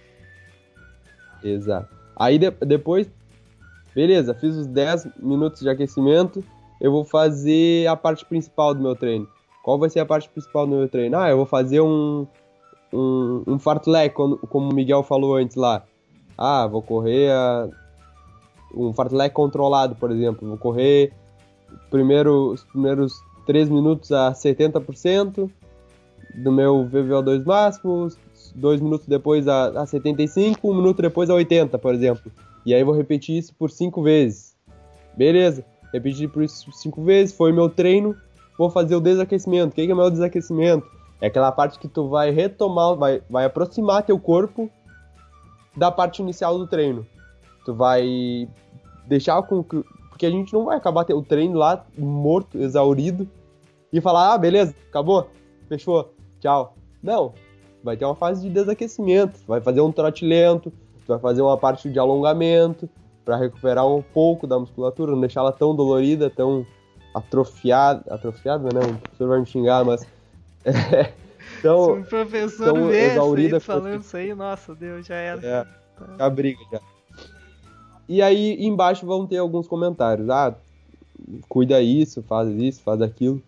Exato. Aí depois, beleza, fiz os 10 minutos de aquecimento, eu vou fazer a parte principal do meu treino. Qual vai ser a parte principal do meu treino? Eu vou fazer um fartlek, como o Miguel falou antes lá. Vou correr um fartlek controlado, por exemplo. Vou correr os primeiros 3 minutos a 70% do meu VVO2 máximo, 2 minutos depois a 75%, 1 minuto depois a 80%, por exemplo. E aí vou repetir isso por 5 vezes. Beleza, repeti por isso 5 vezes, foi meu treino. Vou fazer o desaquecimento. O que é o meu desaquecimento? É aquela parte que tu vai retomar, vai aproximar teu corpo da parte inicial do treino. Tu vai deixar porque a gente não vai acabar o treino lá morto, exaurido, e falar, beleza, acabou, fechou, tchau. Não, vai ter uma fase de desaquecimento, vai fazer um trote lento, tu vai fazer uma parte de alongamento para recuperar um pouco da musculatura, não deixar ela tão dolorida, tão atrofiada, né? O professor vai me xingar, mas
então, se um professor vê
exaurida
falando isso aí, nossa, Deus, já era.
A briga já. E aí embaixo vão ter alguns comentários. Cuida isso, faz aquilo.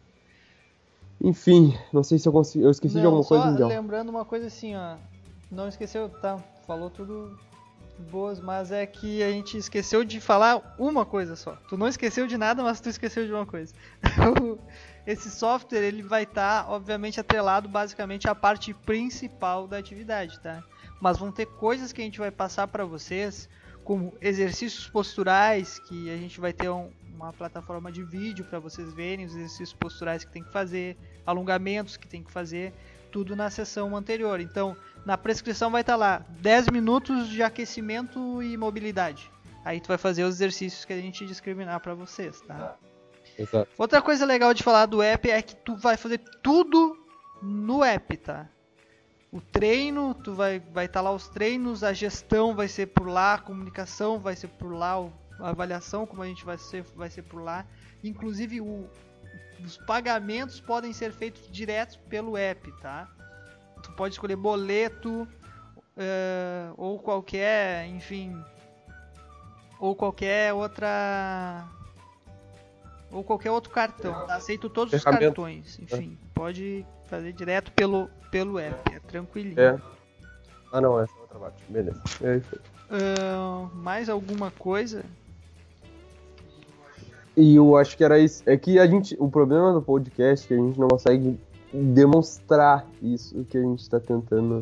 Enfim, não sei se eu consigo. Eu esqueci de alguma coisa, Miguel.
Lembrando uma coisa assim, não esqueceu, tá? Falou tudo boas, mas é que a gente esqueceu de falar uma coisa só. Tu não esqueceu de nada, mas tu esqueceu de uma coisa. Esse software, ele vai estar, obviamente, atrelado basicamente à parte principal da atividade, tá? Mas vão ter coisas que a gente vai passar para vocês, como exercícios posturais, que a gente vai ter uma plataforma de vídeo para vocês verem os exercícios posturais que tem que fazer, alongamentos que tem que fazer, tudo na sessão anterior. Então, na prescrição vai estar lá 10 minutos de aquecimento e mobilidade. Aí tu vai fazer os exercícios que a gente discriminar para vocês, tá?
Exato.
Outra coisa legal de falar do app é que tu vai fazer tudo no app, tá? O treino, tu vai estar lá os treinos, a gestão vai ser por lá, a comunicação vai ser por lá, a avaliação como a gente vai ser por lá. Inclusive os pagamentos podem ser feitos direto pelo app, tá? Tu pode escolher boleto ou qualquer, enfim, ou qualquer outro cartão. Tá? Aceito todos os cartões, enfim, pode fazer direto pelo app, é tranquilinho.
Não, essa é outra parte, beleza. É isso aí.
Mais alguma coisa?
E eu acho que era isso. É que o problema do podcast é que a gente não consegue demonstrar isso que a gente está tentando.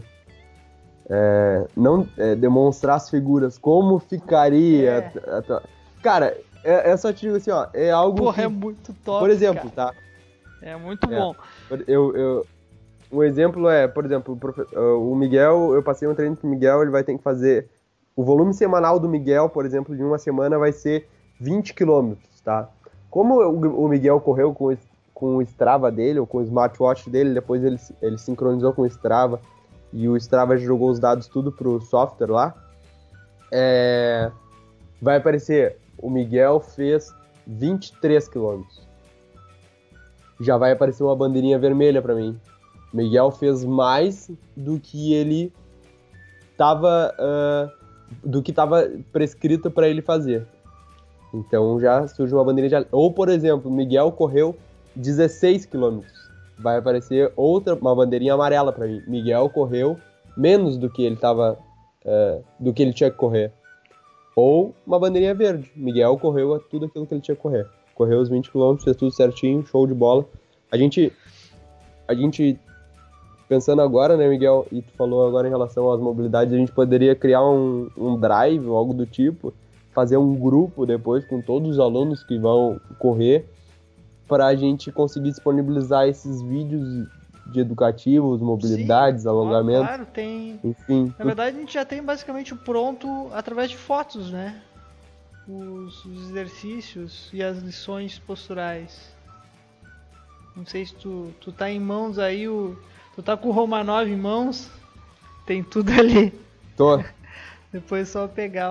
Demonstrar as figuras, como ficaria. Cara, é só te digo assim, é algo.
Porra, é muito top.
Por exemplo,
cara.
tá?
É muito bom.
Um exemplo é, por exemplo, o Miguel, eu passei um treino pro Miguel, ele vai ter que fazer. O volume semanal do Miguel, por exemplo, de uma semana vai ser 20 km, tá? Como o Miguel correu com o Strava dele, ou com o smartwatch dele, depois ele sincronizou com o Strava, e o Strava jogou os dados tudo pro software lá, vai aparecer, o Miguel fez 23 km. Já vai aparecer uma bandeirinha vermelha pra mim. Miguel fez mais do que ele do que estava prescrito para ele fazer. Então já surge uma bandeirinha de... Ou, por exemplo, Miguel correu 16 km. Vai aparecer uma bandeirinha amarela para mim. Miguel correu menos do que ele do que ele tinha que correr. Ou uma bandeirinha verde. Miguel correu tudo aquilo que ele tinha que correr. Correu os 20 km, fez tudo certinho, show de bola. A gente pensando agora, né, Miguel, e tu falou agora em relação às mobilidades, a gente poderia criar um drive ou algo do tipo, fazer um grupo depois com todos os alunos que vão correr, para a gente conseguir disponibilizar esses vídeos de educativos, mobilidades,
Sim,
alongamento,
claro, tem.
enfim.
Na verdade, a gente já tem basicamente o pronto através de fotos, né? Os exercícios e as lições posturais. Não sei se tu tá em mãos aí, tu tá com o Romanov em mãos, tem tudo ali.
Tô.
Depois é só pegar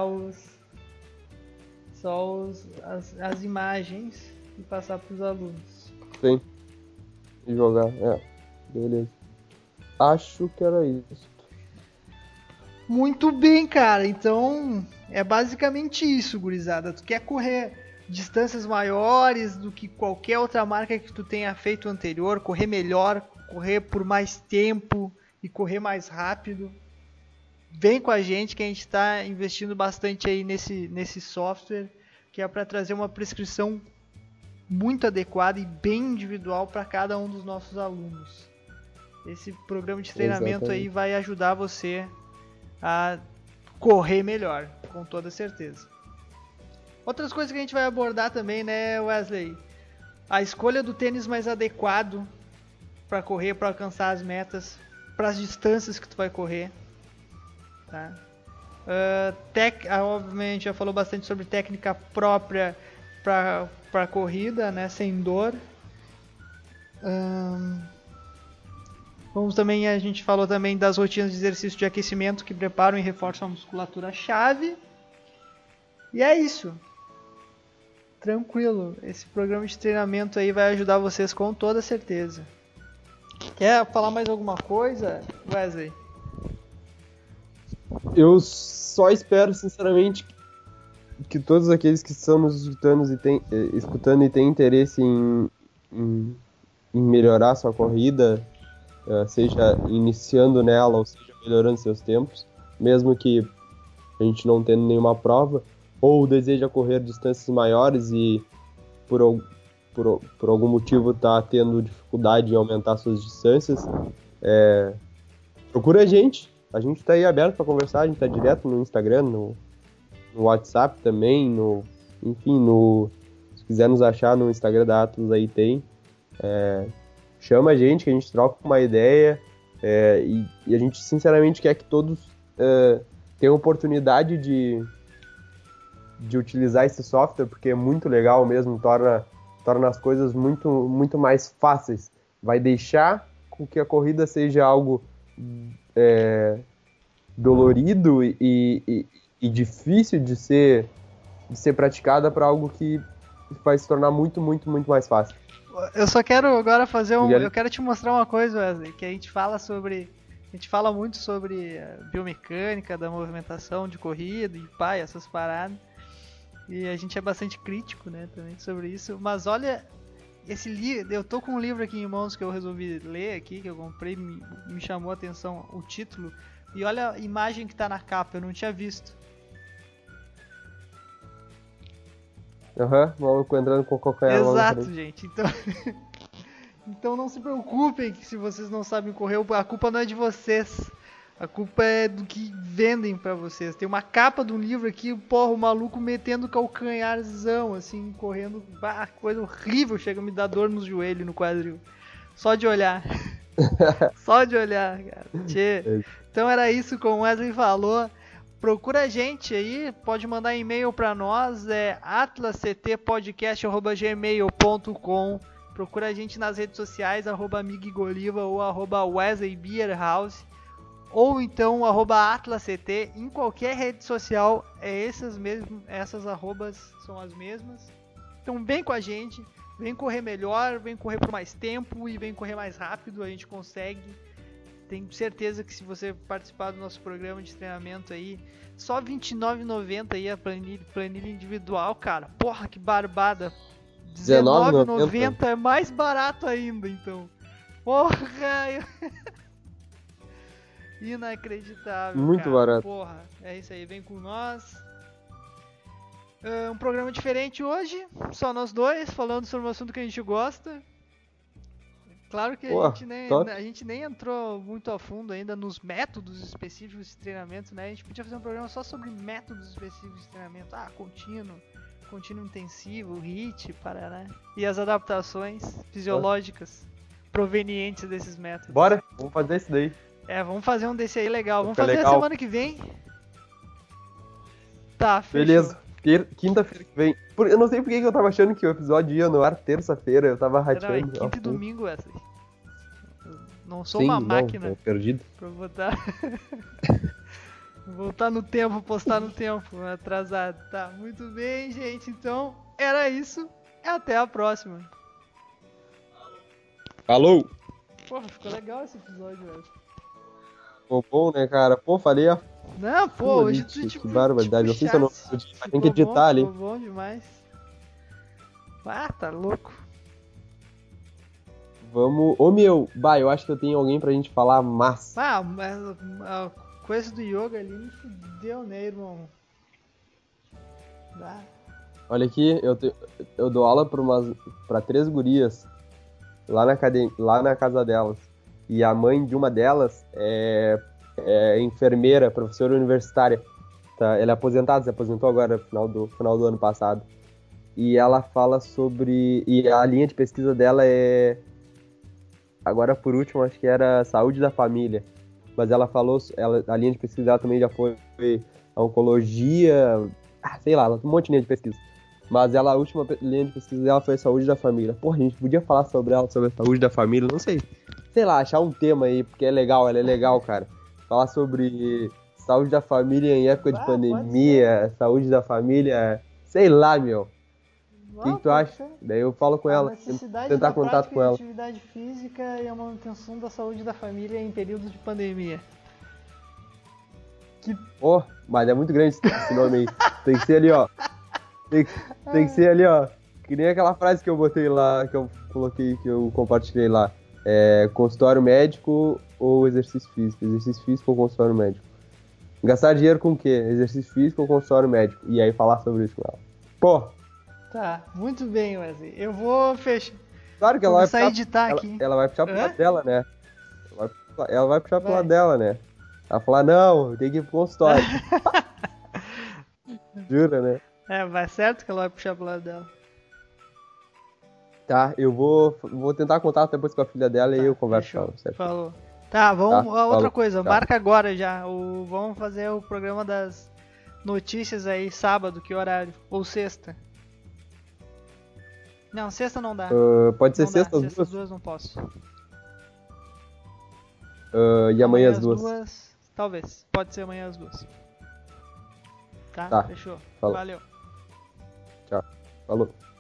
as imagens e passar para os alunos.
Sim. E jogar, beleza. Acho que era isso.
Muito bem, cara. Então, é basicamente isso, gurizada. Tu quer correr distâncias maiores do que qualquer outra marca que tu tenha feito anterior, correr melhor, correr por mais tempo e correr mais rápido, vem com a gente que a gente está investindo bastante aí nesse software, que é para trazer uma prescrição muito adequada e bem individual para cada um dos nossos alunos. Esse programa de treinamento aí vai ajudar você a correr melhor, com toda certeza. Outras coisas que a gente vai abordar também, né, Wesley? A escolha do tênis mais adequado para correr, para alcançar as metas, para as distâncias que tu vai correr. Tá? Obviamente já falou bastante sobre técnica própria para corrida, né, sem dor. A gente falou também das rotinas de exercício de aquecimento que preparam e reforçam a musculatura chave. E é isso. Tranquilo, esse programa de treinamento aí vai ajudar vocês com toda certeza. Quer falar mais alguma coisa, Wesley?
Eu só espero, sinceramente, que todos aqueles que estão nos escutando e têm interesse em melhorar sua corrida, seja iniciando nela ou seja melhorando seus tempos, mesmo que a gente não tendo nenhuma prova, ou deseja correr distâncias maiores e por algum motivo está tendo dificuldade em aumentar suas distâncias, procura a gente está aí aberto para conversar, a gente está direto no Instagram, no WhatsApp também, se quiser nos achar no Instagram da Atlas aí tem, chama a gente que a gente troca uma ideia, e a gente sinceramente quer que todos tenham oportunidade de utilizar esse software, porque é muito legal mesmo, torna as coisas muito, muito mais fáceis, vai deixar com que a corrida seja algo dolorido e difícil de ser praticada para algo que vai se tornar muito, muito, muito mais fácil.
Eu só quero agora eu quero te mostrar uma coisa, Wesley, que a gente fala muito sobre a biomecânica da movimentação de corrida e essas paradas. E a gente é bastante crítico, né, também sobre isso. Mas olha, esse livro, eu tô com um livro aqui em mãos que eu resolvi ler aqui, que eu comprei, me chamou a atenção o título. E olha a imagem que tá na capa, eu não tinha visto.
Vamos entrando com o calcanhar.
Exato, gente. Então não se preocupem que se vocês não sabem correr, a culpa não é de vocês. A culpa é do que vendem pra vocês. Tem uma capa de um livro aqui, o maluco metendo calcanharzão, assim, correndo. Coisa horrível, chega a me dar dor no joelho, no quadril. Só de olhar. Só de olhar, cara. Tchê. Então era isso como o Wesley falou. Procura a gente aí, pode mandar e-mail pra nós, atlasctpodcast@gmail.com. Procura a gente nas redes sociais, @amigigoliva ou @wesleybeerhouse. Ou então @atlasct, em qualquer rede social, essas arrobas são as mesmas. Então vem com a gente, vem correr melhor, vem correr por mais tempo e vem correr mais rápido, a gente consegue. Tenho certeza que se você participar do nosso programa de treinamento aí, só R$ 29,90 aí a planilha individual, cara. Porra, que barbada. R$19,90 é mais barato ainda, então. Porra, inacreditável.
Muito
cara.
barato.
Porra, é isso aí, vem com nós. Um programa diferente hoje, só nós dois, falando sobre um assunto que a gente gosta. Claro que a gente nem entrou muito a fundo ainda nos métodos específicos de treinamento, né? A gente podia fazer um programa só sobre métodos específicos de treinamento. Contínuo intensivo, HIIT, né? E as adaptações fisiológicas provenientes desses métodos.
Bora, vamos fazer isso daí.
Vamos fazer um desse aí legal. Vamos
Fica
fazer
legal.
a semana que vem. Tá, fechou.
Beleza. Quinta-feira que vem. Eu não sei por que eu tava achando que o episódio ia no ar terça-feira, eu tava
Não, é
rateando.
quinta e domingo, Wesley. Eu não sou
Sim,
uma
não,
máquina
tô perdido.
pra botar... Voltar no tempo, postar no tempo, atrasado. Tá, muito bem, gente. Então, era isso. Até a próxima.
Falou!
Porra, ficou legal esse episódio, velho.
Ficou bom, né, cara? Pô, falei a
Não, pô, hoje tu,
que
tipo,
barbaridade. Não sei se eu não
puxasse.
tem que editar
bom,
ali.
Ficou bom demais. Ah, tá louco.
Vamos. Ô meu, eu acho que eu tenho alguém pra gente falar massa.
Ah, mas a coisa do yoga ali me fudeu, né, irmão? Dá.
Olha aqui, eu dou aula pra 3 gurias lá na casa delas. E a mãe de uma delas é enfermeira, professora universitária. Tá? Ela é aposentada, se aposentou agora no final do ano passado. E ela fala sobre... E a linha de pesquisa dela é... Agora, por último, acho que era saúde da família. Mas ela falou... a linha de pesquisa dela também já foi a oncologia... sei lá, um monte de linha de pesquisa. Mas a última linha de pesquisa dela foi a saúde da família. Porra, a gente podia falar sobre ela, sobre a saúde da família, não sei. Sei lá, achar um tema aí, porque ela é legal, cara. Falar sobre saúde da família em época de pandemia, saúde da família, sei lá, meu. O que tu acha? Daí eu falo com ela, tentar contato com ela.
Atividade física e a manutenção da saúde da família em períodos de pandemia.
Pô, mas é muito grande esse nome aí. Tem que ser ali, ó. Tem que ser ali, ó. Que nem aquela frase que eu botei lá, que eu coloquei, que eu compartilhei lá. Consultório médico ou exercício físico? Exercício físico ou consultório médico? Gastar dinheiro com o quê? Exercício físico ou consultório médico? E aí falar sobre isso com ela. Pô!
Tá, muito bem, Wesley. Eu vou fechar.
Claro que ela vai puxar,
editar aqui.
Ela vai puxar pro lado dela, né? Ela vai puxar pro lado dela, né? Ela vai falar, não, tem que ir pro consultório. Jura, né?
Vai certo que ela vai puxar pro lado dela.
Tá, eu vou tentar contato depois com a filha dela e eu converso com
Fechou.
ela, certo?
Falou. Tá, vamos.
Tá,
outra
falou.
coisa,
Tá.
marca agora já. Vamos fazer o programa das notícias aí, sábado, que horário? Ou sexta? Não, sexta não dá.
Pode ser
Não dá,
sexta, as
sexta
duas?
as duas não posso.
E amanhã as duas.
Talvez, pode ser amanhã as duas. Tá?
Tá.
Fechou.
Falou.
Valeu.
Falou.